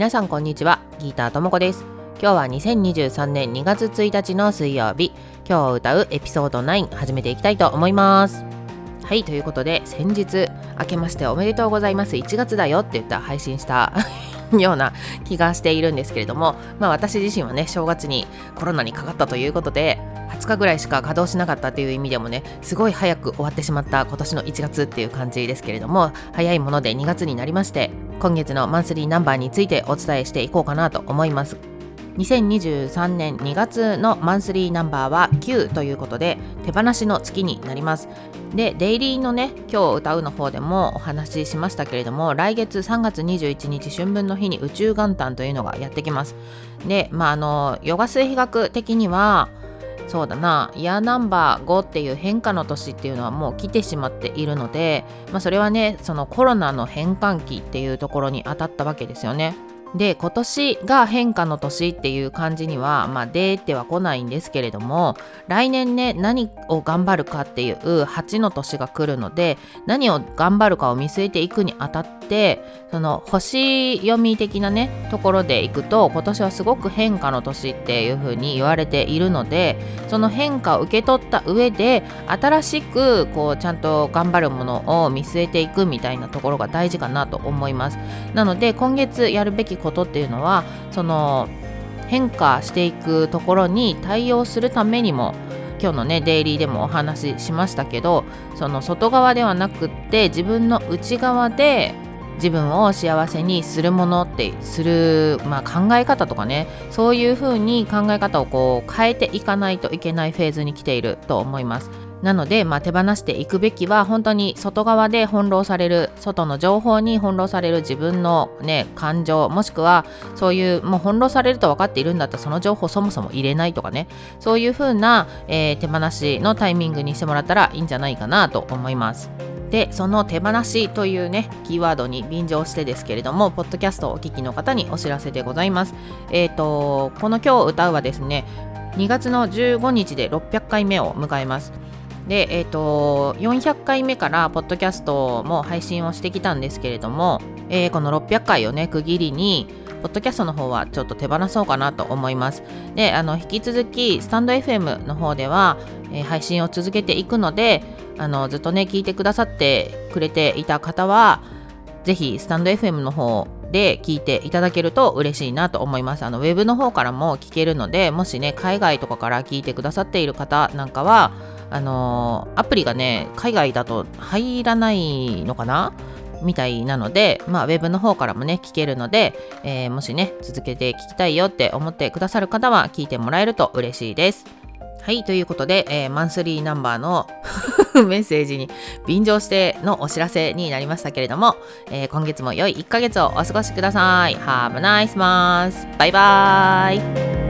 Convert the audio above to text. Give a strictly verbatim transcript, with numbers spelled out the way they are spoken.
皆さんこんにちは、ギーターともこです。今日はにせんにじゅうさんねんにがつついたちの水曜日、今日歌うエピソードナイン始めていきたいと思います。はい、ということで先日明けましておめでとうございます、いちがつだよって言った配信したような気がしているんですけれども、まあ私自身はね、正月にコロナにかかったということではつかぐらいしか稼働しなかったという意味でもね、すごい早く終わってしまった今年のいちがつっていう感じですけれども、早いものでにがつになりまして、今月のマンスリーナンバーについてお伝えしていこうかなと思います。にせんにじゅうさんねんにがつのマンスリーナンバーはきゅうということで、手放しの月になります。で、デイリーのね、今日歌うの方でもお話ししましたけれども、来月さんがつにじゅういちにち春分の日に宇宙元旦というのがやってきます。で、まああのヨガ数比学的にはそうだな、イヤーナンバーごっていう変化の年っていうのはもう来てしまっているので、まあ、それはね、そのコロナの変換期っていうところに当たったわけですよね。で、今年が変化の年っていう感じにはまあ出てはこないんですけれども、来年ね、何を頑張るかっていうはちの年が来るので、何を頑張るかを見据えていくにあたって、その星読み的なねところでいくと、今年はすごく変化の年っていう風に言われているので、その変化を受け取った上で新しくこうちゃんと頑張るものを見据えていくみたいなところが大事かなと思います。なので今月やるべきことっていうのは、その変化していくところに対応するためにも、今日のねデイリーでもお話ししましたけど、その外側ではなくって自分の内側で自分を幸せにするものってする、まあ、考え方とかね、そういう風に考え方をこう変えていかないといけないフェーズに来ていると思います。なので、まあ、手放していくべきは本当に外側で翻弄される、外の情報に翻弄される自分のね感情、もしくはそういうもう翻弄されると分かっているんだったらその情報そもそも入れないとかね、そういう風な、えー、手放しのタイミングにしてもらったらいいんじゃないかなと思います。で、その手放しというねキーワードに便乗してですけれども、ポッドキャストをお聞きの方にお知らせでございます。えーとこの今日歌うはですね、にがつのじゅうごにちでろっぴゃっかいめを迎えます。で、えーとよんひゃっかいめからポッドキャストも配信をしてきたんですけれども、えー、このろっぴゃっかいをね区切りにポッドキャストの方はちょっと手放そうかなと思います。で、あの引き続きスタンド エフエム の方では、えー、配信を続けていくので、あのずっとね聞いてくださってくれていた方はぜひスタンド エフエム の方で聞いていただけると嬉しいなと思います。あのウェブの方からも聞けるので、もしね海外とかから聞いてくださっている方なんかはあのー、アプリがね海外だと入らないのかなみたいなので、まあウェブの方からもね聞けるので、えー、もしね続けて聞きたいよって思ってくださる方は聞いてもらえると嬉しいです。はい、ということで、えー、マンスリーナンバーのメッセージに便乗してのお知らせになりましたけれども、えー、今月も良いいっかげつをお過ごしください。Have a nice month! バイバーイ。